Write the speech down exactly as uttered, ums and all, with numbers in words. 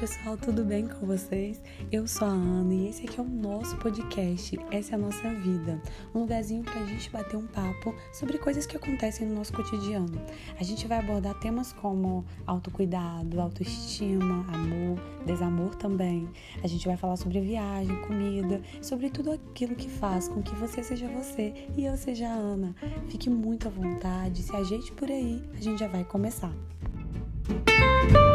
pessoal, tudo bem com vocês? Eu sou a Ana e esse aqui é o nosso podcast, essa é a nossa vida, um lugarzinho pra gente bater um papo sobre coisas que acontecem no nosso cotidiano. A gente vai abordar temas como autocuidado, autoestima, amor, desamor também. A gente vai falar sobre viagem, comida, sobre tudo aquilo que faz com que você seja você e eu seja a Ana. Fique muito à vontade, se ajeite por aí, a gente já vai começar. Música